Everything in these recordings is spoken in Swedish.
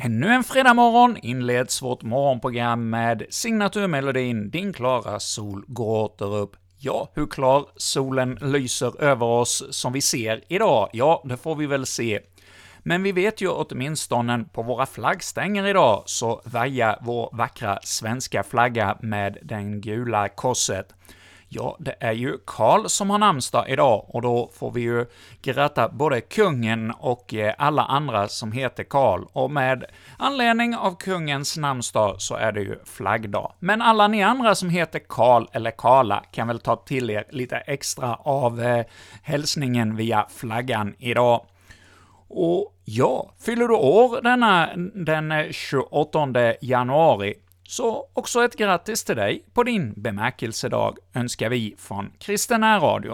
Ännu en fredag morgon inleds vårt morgonprogram med signaturmelodin Din klara sol går åter upp. Ja, hur klar solen lyser över oss som vi ser idag, ja, det får vi väl se. Men vi vet ju åtminstone på våra flaggstänger idag så vajar vår vackra svenska flagga med den gula korset. Ja, det är ju Karl som har namnsdag idag, och då får vi ju gratta både kungen och alla andra som heter Karl, och med anledning av kungens namnsdag så är det ju flaggdag. Men alla ni andra som heter Karl eller Karla kan väl ta till er lite extra av hälsningen via flaggan idag. Och ja, fyller du år den 28 januari, så också ett grattis till dig på din bemärkelsedag önskar vi från Kristen Radio.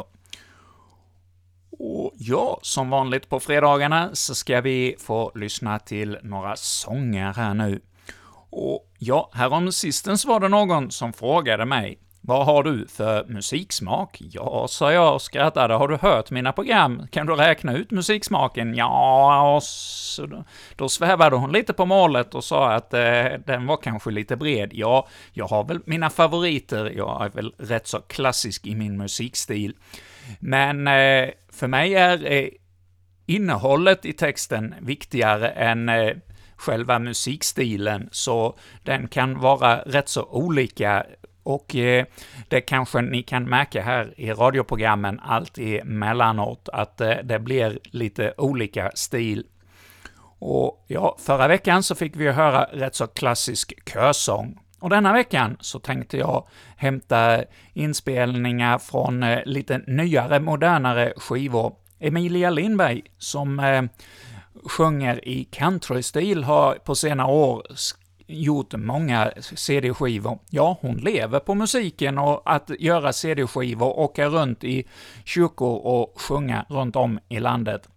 Och ja, som vanligt på fredagarna så ska vi få lyssna till några sånger här nu. Och ja, härom sistens var det någon som frågade mig: vad har du för musiksmak? Ja, sa jag och skrattade. Har du hört mina program? Kan du räkna ut musiksmaken? Ja, så då svävade hon lite på målet och sa att den var kanske lite bred. Ja, jag har väl mina favoriter. Jag är väl rätt så klassisk i min musikstil. Men för mig är innehållet i texten viktigare än själva musikstilen, så den kan vara rätt så olika. Och det kanske ni kan märka här i radioprogrammen allt emellanåt, att det blir lite olika stil. Och ja, förra veckan så fick vi höra rätt så klassisk körsång. Och denna veckan så tänkte jag hämta inspelningar från lite nyare, modernare skivor. Emilia Lindberg, som sjunger i countrystil, har på senare år gjort många CD-skivor. Ja, hon lever på musiken och att göra CD-skivor och åka runt i kyrkor och sjunga runt om i landet.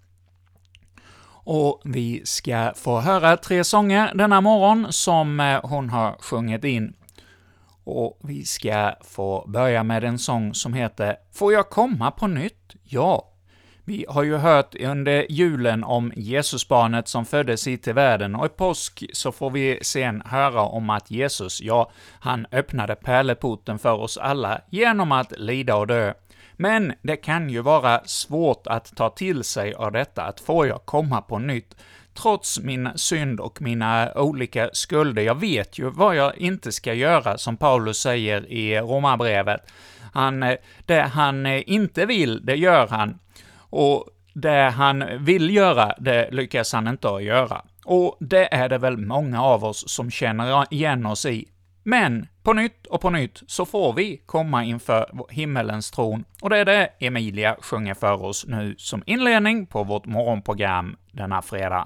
Och vi ska få höra 3 sånger denna morgon som hon har sjungit in. Och vi ska få börja med en sång som heter Får jag komma på nytt? Ja. Vi har ju hört under julen om Jesusbarnet som föddes hit till världen, och i påsk så får vi sen höra om att Jesus, ja, han öppnade pärleporten för oss alla genom att lida och dö. Men det kan ju vara svårt att ta till sig av detta, att får jag komma på nytt, trots min synd och mina olika skulder. Jag vet ju vad jag inte ska göra, som Paulus säger i Romarbrevet. Det han inte vill, det gör han. Och det han vill göra, det lyckas han inte att göra. Och det är det väl många av oss som känner igen oss i. Men på nytt och på nytt så får vi komma inför himmelens tron. Och det är det Emilia sjunger för oss nu som inledning på vårt morgonprogram denna fredag.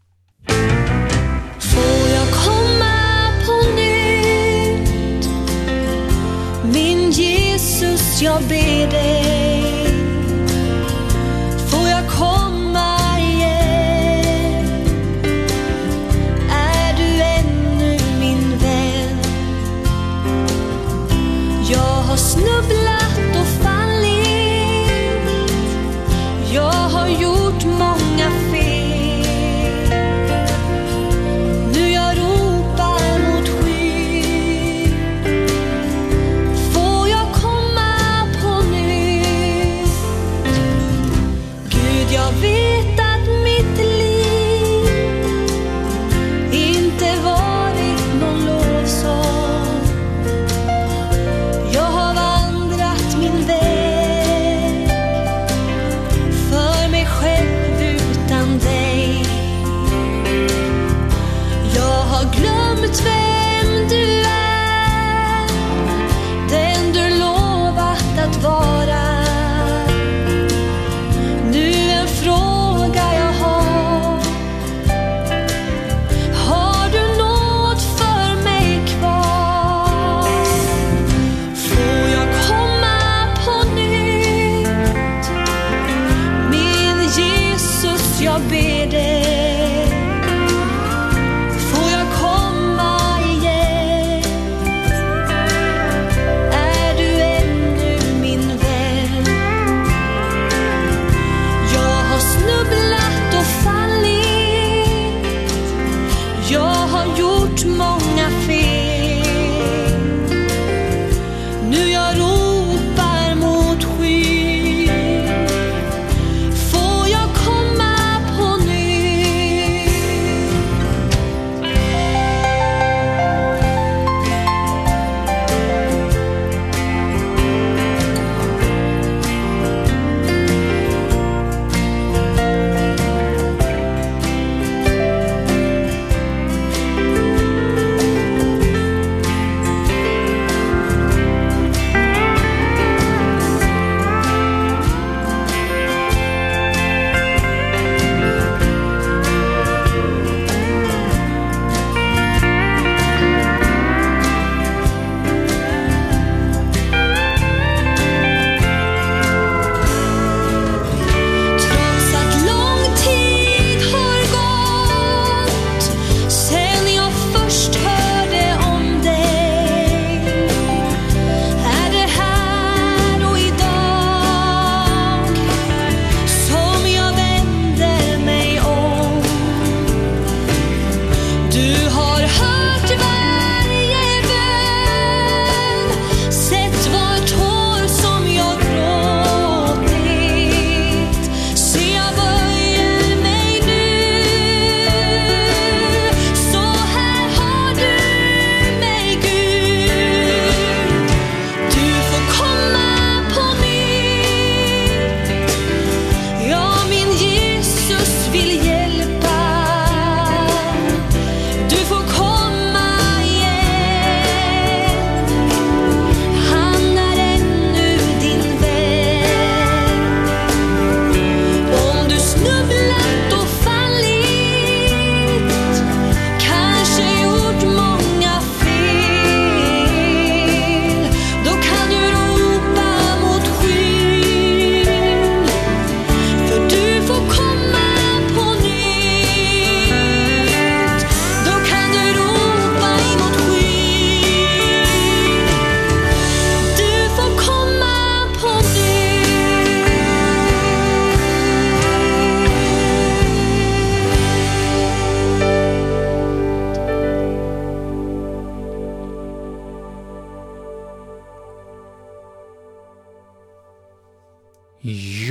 Får jag komma på nytt? Min Jesus, jag ber dig. Komma igen. Är du ännu min vän? Jag har snubblat och fallit. Jag har gjort många fel. Nu jag ropar mot sky. Får jag komma på nytt? Jag vet att mitt liv inte varit någon lovsång. Jag har vandrat min väg för mig själv utan dig. Jag har glömt vem du är, den du lovat att vara. Fråga jag har du något för mig kvar? Får jag komma på nytt? Min Jesus, jag ber dig. Får jag komma igen? Är du ännu min vän? Snubblat och fallit.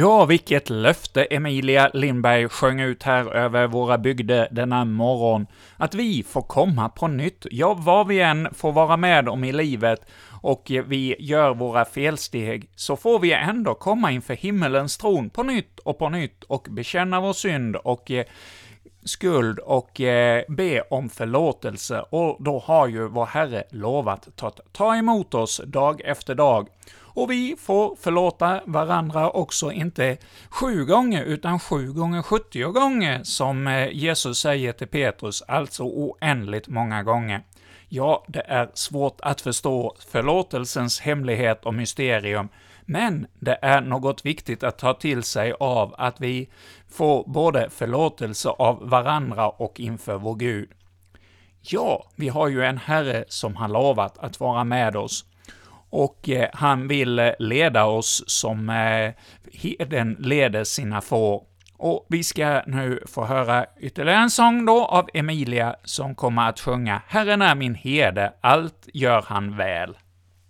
Ja, vilket löfte Emilia Lindberg sjöng ut här över våra bygder denna morgon. Att vi får komma på nytt. Ja, vad vi än får vara med om i livet och vi gör våra felsteg, så får vi ändå komma inför himmelens tron på nytt och bekänna vår synd och skuld och be om förlåtelse. Och då har ju vår Herre lovat att ta emot oss dag efter dag. Och vi får förlåta varandra också, inte 7 gånger, utan 7 gånger 70 gånger, som Jesus säger till Petrus, alltså oändligt många gånger. Ja, det är svårt att förstå förlåtelsens hemlighet och mysterium, men det är något viktigt att ta till sig av att vi får både förlåtelse av varandra och inför vår Gud. Ja, vi har ju en Herre som har lovat att vara med oss, och han vill leda oss som herden leder sina får. Och vi ska nu få höra ytterligare en sång då av Emilia som kommer att sjunga Herren är min herde, allt gör han väl.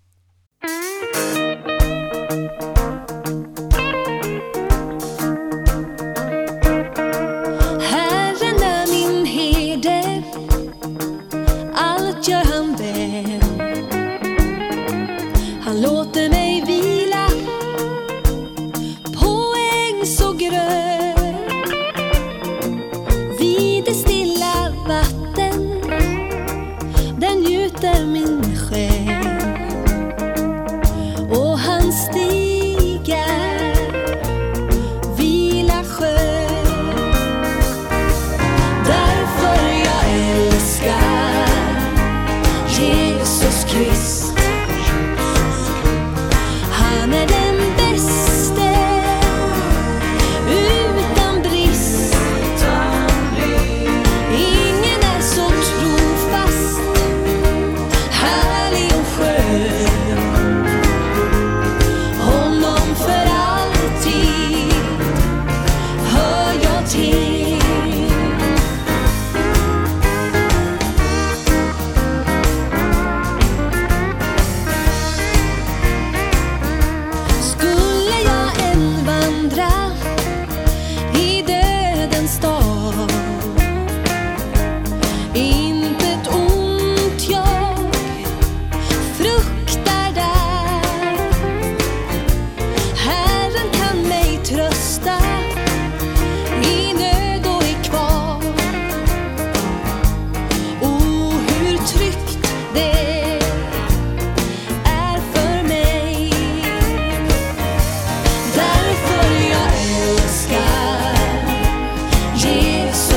Herren är min herde, allt gör han väl. Han låter mig vila på äng så grön, vid det stilla vatten, där njuter min själ. Och hans stigar vila skön. Därför jag älskar Jesus Krist. Han är den bäste utan brist. Ingen är så trofast, härlig och skön. Honom för alltid hör jag till. Skulle jag än vandra i dödens dal, intet ont jag fruktar där. Herren kan mig trösta i nöd och i kval. O, hur tryggt det är för mig. Därför jag älskar Jesus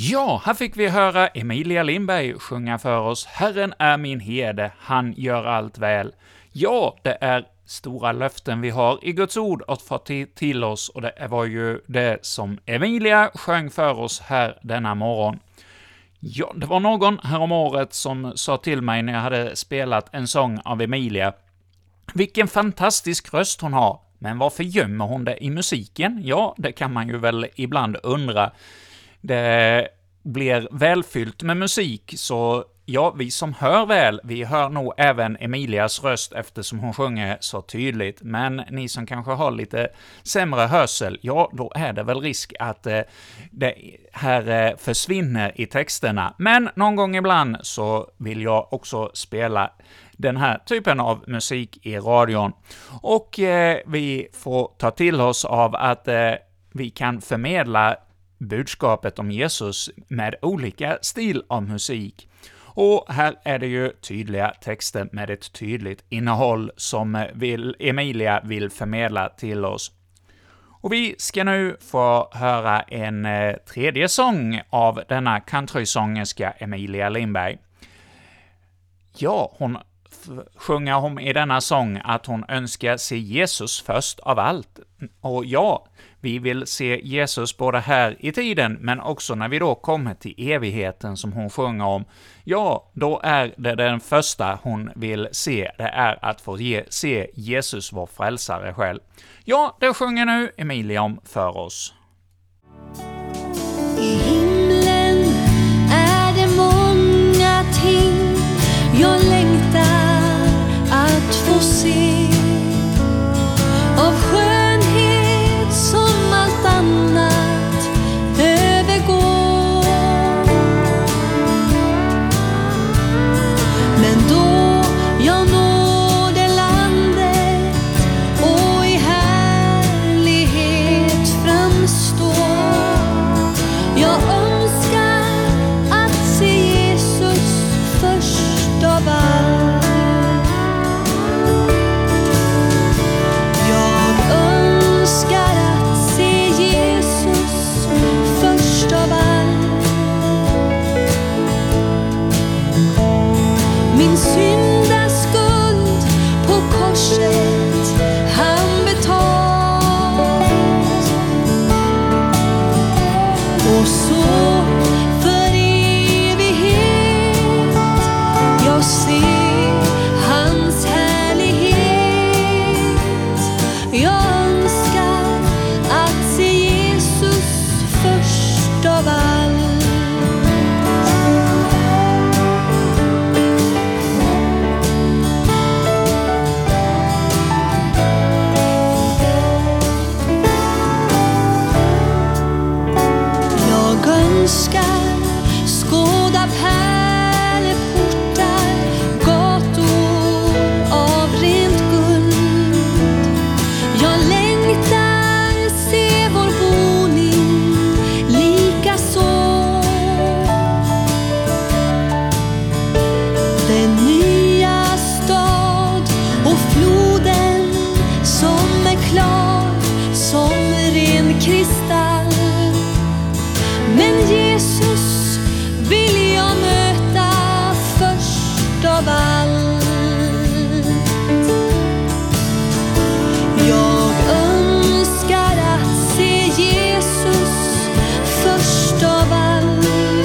Ja, här fick vi höra Emilia Lindberg sjunga för oss ”Herren är min herde, han gör allt väl”. Ja, det är stora löften vi har i Guds ord att få till oss, och det var ju det som Emilia sjöng för oss här denna morgon. Ja, det var någon här om året som sa till mig när jag hade spelat en sång av Emilia: ”Vilken fantastisk röst hon har, men varför gömmer hon det i musiken?” Ja, det kan man ju väl ibland undra. Det blir välfyllt med musik, så ja, vi som hör väl, vi hör nog även Emilias röst eftersom hon sjunger så tydligt, men ni som kanske har lite sämre hörsel, ja, då är det väl risk att det här försvinner i texterna. Men någon gång ibland så vill jag också spela den här typen av musik i radion, och vi får ta till oss av att vi kan förmedla budskapet om Jesus med olika stil av musik. Och här är det ju tydliga texter med ett tydligt innehåll som Emilia vill förmedla till oss. Och vi ska nu få höra en tredje sång av denna countrysångerska Emilia Lindberg. Ja, hon sjunger om i denna sång att hon önskar se Jesus först av allt. Och ja, vi vill se Jesus både här i tiden, men också när vi då kommer till evigheten som hon sjunger om. Ja, då är det den första hon vill se, det är att få se Jesus, vår frälsare själv. Ja, det sjunger nu Emilia om för oss. I himlen är det många ting jag längtar att få se, av skönhet som allt annat övergår. Men då jag når det landet och i härlighet framstår, jag önskar att se Jesus först av allt. Jag önskar att se Jesus först av allt. Min syndaskuld på korset han betalt, och så för evighet jag ser hans härlighet. Jag önskar att se Jesus först av allt. Jag önskar skåda pärleportar, gator av rent guld. Jag längtar se vår boning lika så. Den nya stad och floden som är klar som ren kristall. Men Jesus vill jag möta först av allt. Jag önskar att se Jesus först av allt.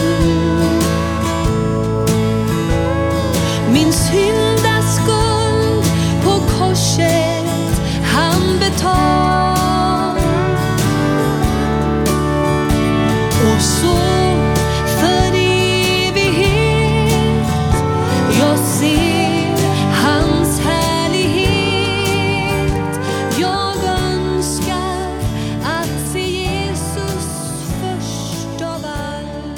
Min syndaskuld på korset han betalt, och så för evighet jag ser hans härlighet. Jag önskar att se Jesus först av allt.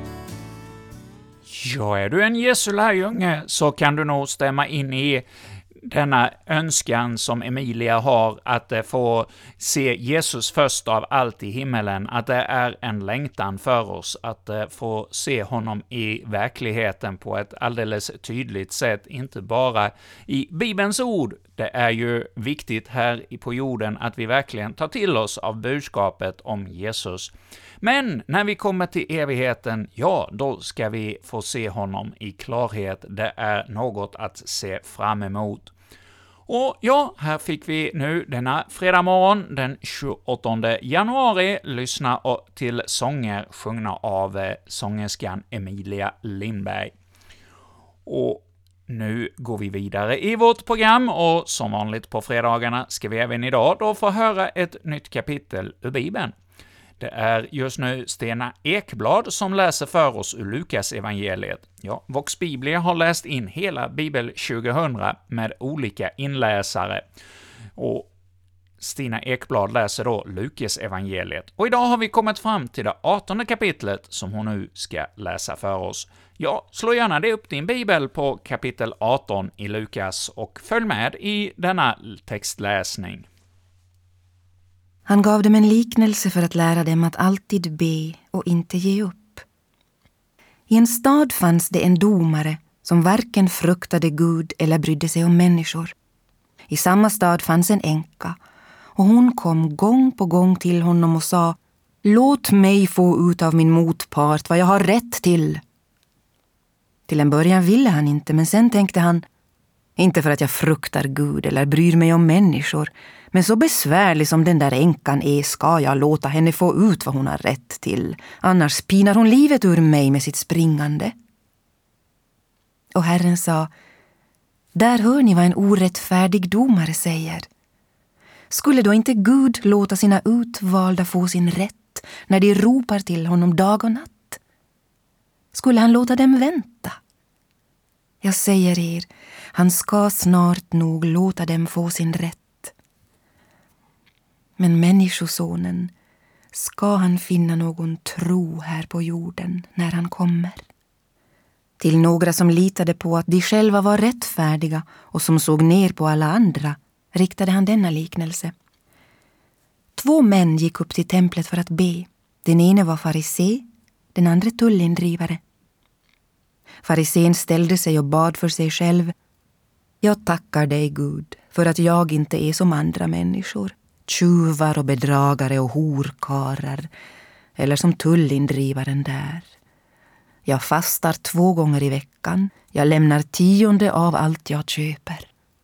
Ja, är du en Jesu lärjunge så kan du nog stämma in i denna önskan som Emilia har att få se Jesus först av allt i himmelen, att det är en längtan för oss att få se honom i verkligheten på ett alldeles tydligt sätt, inte bara i Bibelns ord. Det är ju viktigt här på jorden att vi verkligen tar till oss av budskapet om Jesus. Men när vi kommer till evigheten, ja, då ska vi få se honom i klarhet. Det är något att se fram emot. Och ja, här fick vi nu denna fredag morgon, den 28 januari, lyssna till sånger sjungna av sångerskan Emilia Lindberg. Och nu går vi vidare i vårt program, och som vanligt på fredagarna ska vi även idag då få höra ett nytt kapitel ur Bibeln. Det är just nu Stena Ekblad som läser för oss ur Lukas evangeliet. Ja, Vox Biblia har läst in hela Bibel 2000 med olika inläsare. Och Stina Ekblad läser då Lukas evangeliet. Och idag har vi kommit fram till det 18:e kapitlet som hon nu ska läsa för oss. Ja, slå gärna det upp din bibel på kapitel 18 i Lukas och följ med i denna textläsning. Han gav dem en liknelse för att lära dem att alltid be och inte ge upp. I en stad fanns det en domare som varken fruktade Gud eller brydde sig om människor. I samma stad fanns en änka, och hon kom gång på gång till honom och sa: "Låt mig få ut av min motpart vad jag har rätt till." Till en början ville han inte, men sen tänkte han: "Inte för att jag fruktar Gud eller bryr mig om människor, men så besvärlig som den där änkan är ska jag låta henne få ut vad hon har rätt till. Annars pinar hon livet ur mig med sitt springande." Och Herren sa: "Där hör ni vad en orättfärdig domare säger. Skulle då inte Gud låta sina utvalda få sin rätt när de ropar till honom dag och natt? Skulle han låta dem vänta? Jag säger er, han ska snart nog låta dem få sin rätt. Men människosonen, ska han finna någon tro här på jorden när han kommer?" Till några som litade på att de själva var rättfärdiga och som såg ner på alla andra riktade han denna liknelse. 2 män gick upp till templet för att be. Den ene var farisé, den andra tullindrivare. Farisén ställde sig och bad för sig själv: "Jag tackar dig, Gud, för att jag inte är som andra människor, tjuvar och bedragare och horkarar, eller som tullindrivaren där. Jag fastar 2 gånger i veckan, jag lämnar 10% av allt jag köper."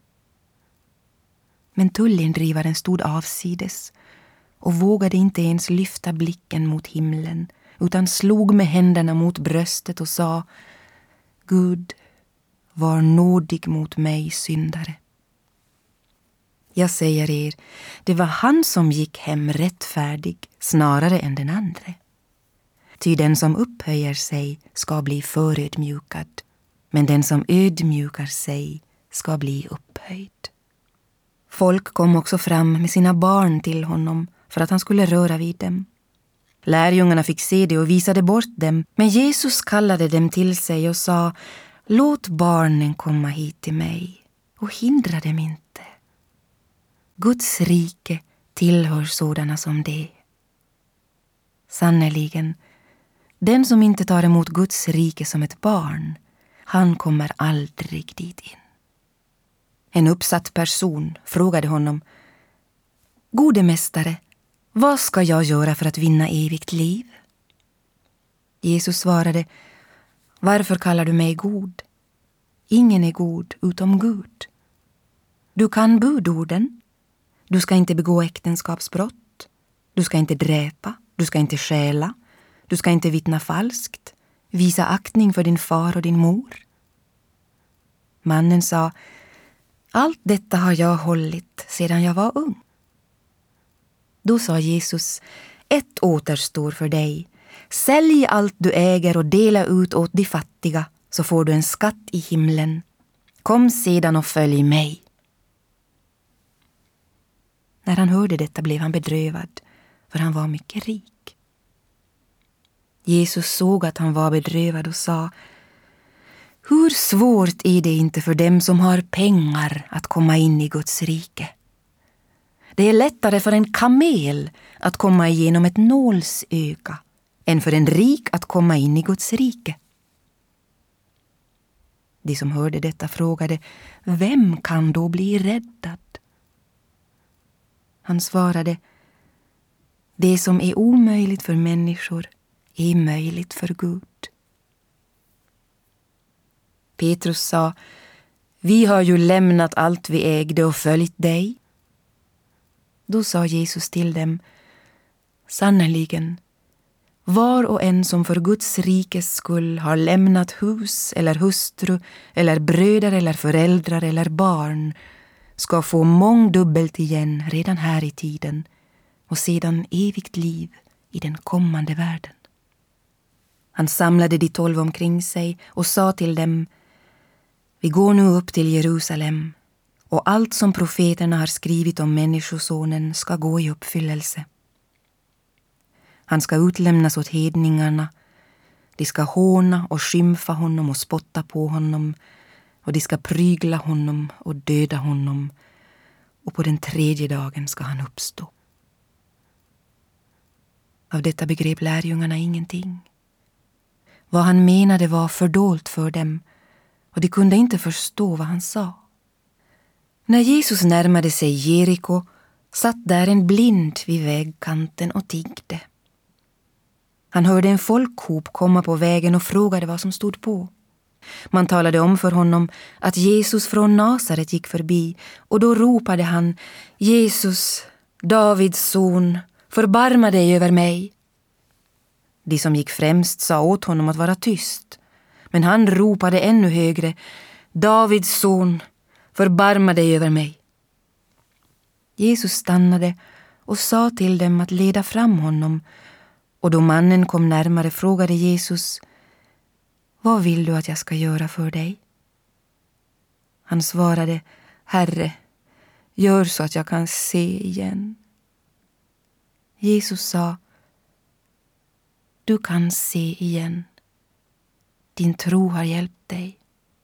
Men tullindrivaren stod avsides och vågade inte ens lyfta blicken mot himlen, utan slog med händerna mot bröstet och sa: "Gud, var nådig mot mig, syndare." Jag säger er, det var han som gick hem rättfärdig snarare än den andra. Ty den som upphöjer sig ska bli förödmjukad, men den som ödmjukar sig ska bli upphöjd. Folk kom också fram med sina barn till honom för att han skulle röra vid dem. Lärjungarna fick se det och visade bort dem, men Jesus kallade dem till sig och sa: "Låt barnen komma hit till mig och hindra dem inte. Guds rike tillhör sådana som det. Sannoliken, den som inte tar emot Guds rike som ett barn, han kommer aldrig dit in." En uppsatt person frågade honom: "Gode mästare, vad ska jag göra för att vinna evigt liv?" Jesus svarade: "Varför kallar du mig god? Ingen är god utom Gud. Du kan budorden. Du ska inte begå äktenskapsbrott. Du ska inte dräpa. Du ska inte stjäla. Du ska inte vittna falskt. Visa aktning för din far och din mor." Mannen sa: "Allt detta har jag hållit sedan jag var ung." Då sa Jesus: "Ett återstår för dig. Sälj allt du äger och dela ut åt de fattiga, så får du en skatt i himlen. Kom sedan och följ mig." När han hörde detta blev han bedrövad, för han var mycket rik. Jesus såg att han var bedrövad och sa: Hur svårt är det inte för dem som har pengar att komma in i Guds rike? Det är lättare för en kamel att komma igenom ett nålsöga än för en rik att komma in i Guds rike. De som hörde detta frågade, vem kan då bli räddad? Han svarade, det som är omöjligt för människor är möjligt för Gud. Petrus sa, vi har ju lämnat allt vi ägde och följt dig. Då sa Jesus till dem, sannerligen, var och en som för Guds rikes skull har lämnat hus eller hustru eller bröder eller föräldrar eller barn ska få mångdubbelt igen redan här i tiden och sedan evigt liv i den kommande världen. Han samlade de 12 omkring sig och sa till dem, vi går nu upp till Jerusalem och allt som profeterna har skrivit om människosonen ska gå i uppfyllelse. Han ska utlämnas åt hedningarna, de ska håna och skymfa honom och spotta på honom och de ska prygla honom och döda honom och på den 3:e dagen ska han uppstå. Av detta begrep lärjungarna ingenting. Vad han menade var fördolt för dem och de kunde inte förstå vad han sa. När Jesus närmade sig Jeriko satt där en blind vid vägkanten och tiggde. Han hörde en folkhop komma på vägen och frågade vad som stod på. Man talade om för honom att Jesus från Nasaret gick förbi och då ropade han, Jesus, Davids son, förbarma dig över mig. De som gick främst sa åt honom att vara tyst, men han ropade ännu högre, Davids son, förbarma dig över mig. Jesus stannade och sa till dem att leda fram honom, och då mannen kom närmare frågade Jesus, vad vill du att jag ska göra för dig? Han svarade, Herre, gör så att jag kan se igen. Jesus sa, du kan se igen. Din tro har hjälpt dig.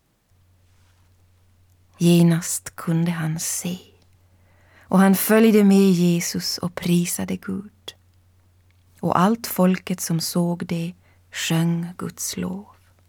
Genast kunde han se, och han följde med Jesus och prisade Gud. Och allt folket som såg det sjöng Guds lov.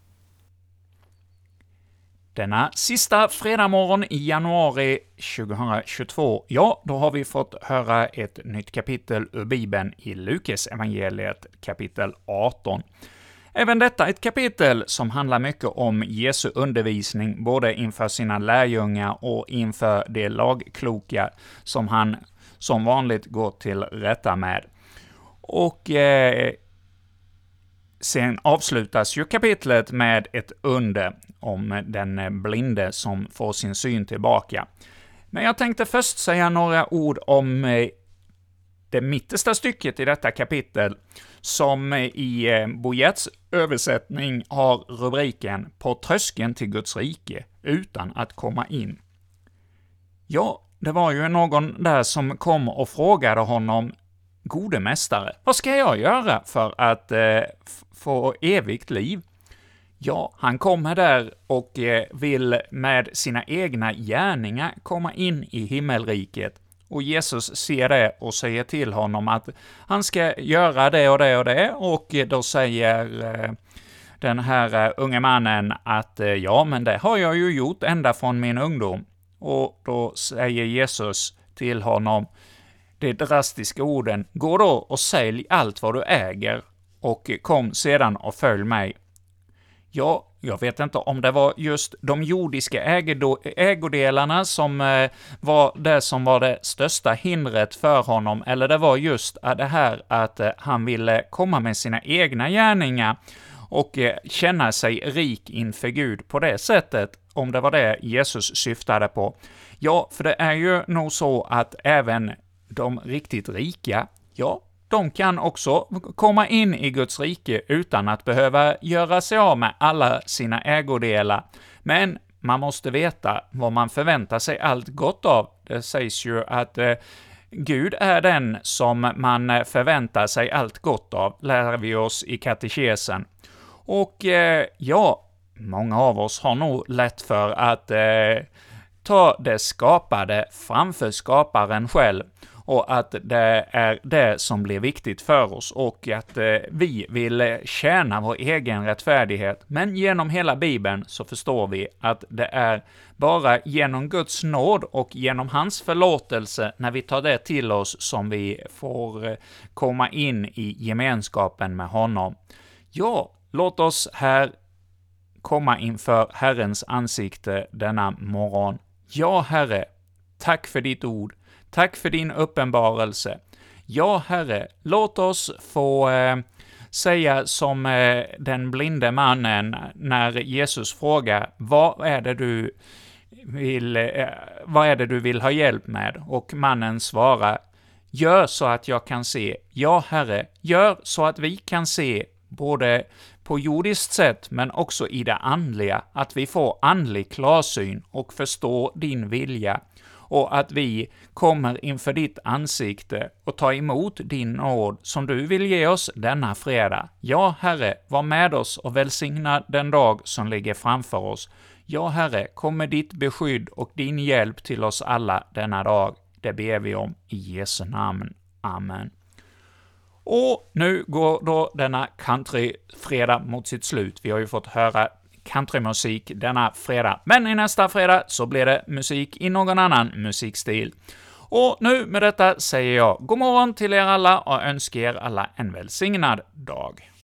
Denna sista fredagmorgon i januari 2022, ja, då har vi fått höra ett nytt kapitel ur Bibeln i Lukas evangeliet kapitel 18. Även detta ett kapitel som handlar mycket om Jesu undervisning, både inför sina lärjungar och inför det lagkloka som han som vanligt går till rätta med. Och sen avslutas ju kapitlet med ett under om den blinde som får sin syn tillbaka. Men jag tänkte först säga några ord om det mittersta stycket i detta kapitel, som i Boyets översättning har rubriken På tröskeln till Guds rike, utan att komma in. Ja, det var ju någon där som kom och frågade honom, gode mästare, vad ska jag göra för att få evigt liv? Ja, han kommer där och vill med sina egna gärningar komma in i himmelriket. Och Jesus ser det och säger till honom att han ska göra det och det och det, och då säger den här unge mannen att ja, men det har jag ju gjort ända från min ungdom. Och då säger Jesus till honom de drastiska orden, gå då och sälj allt vad du äger och kom sedan och följ mig. Ja, jag vet inte om det var just de jordiska ägodelarna som var det som var det största hindret för honom, eller det var just det här att han ville komma med sina egna gärningar och känna sig rik inför Gud på det sättet, om det var det Jesus syftade på. Ja, för det är ju nog så att även de riktigt rika, ja, de kan också komma in i Guds rike utan att behöva göra sig av med alla sina ägodelar. Men man måste veta vad man förväntar sig allt gott av. Det sägs ju att Gud är den som man förväntar sig allt gott av, lär vi oss i katekesen. Och ja, många av oss har nog lätt för att ta det skapade framför skaparen själv, och att det är det som blir viktigt för oss, och att vi vill tjäna vår egen rättfärdighet. Men genom hela Bibeln så förstår vi att det är bara genom Guds nåd och genom hans förlåtelse, när vi tar det till oss, som vi får komma in i gemenskapen med honom. Ja, låt oss här komma inför Herrens ansikte denna morgon. Ja, Herre, tack för ditt ord. Tack för din uppenbarelse. Ja, Herre, låt oss få säga som den blinde mannen när Jesus frågar, vad är det du vill ha hjälp med? Och mannen svarar, gör så att jag kan se. Ja, Herre, gör så att vi kan se, både på jordiskt sätt men också i det andliga, att vi får andlig klarsyn och förstår din vilja, och att vi kommer inför ditt ansikte och tar emot din nåd som du vill ge oss denna fredag. Ja, Herre, var med oss och välsigna den dag som ligger framför oss. Ja, Herre, kom med ditt beskydd och din hjälp till oss alla denna dag. Det ber vi om i Jesu namn. Amen. Och nu går då denna countryfredag mot sitt slut. Vi har ju fått höra countrymusik denna fredag, men i nästa fredag så blir det musik i någon annan musikstil. Och nu med detta säger jag god morgon till er alla och önskar er alla en välsignad dag.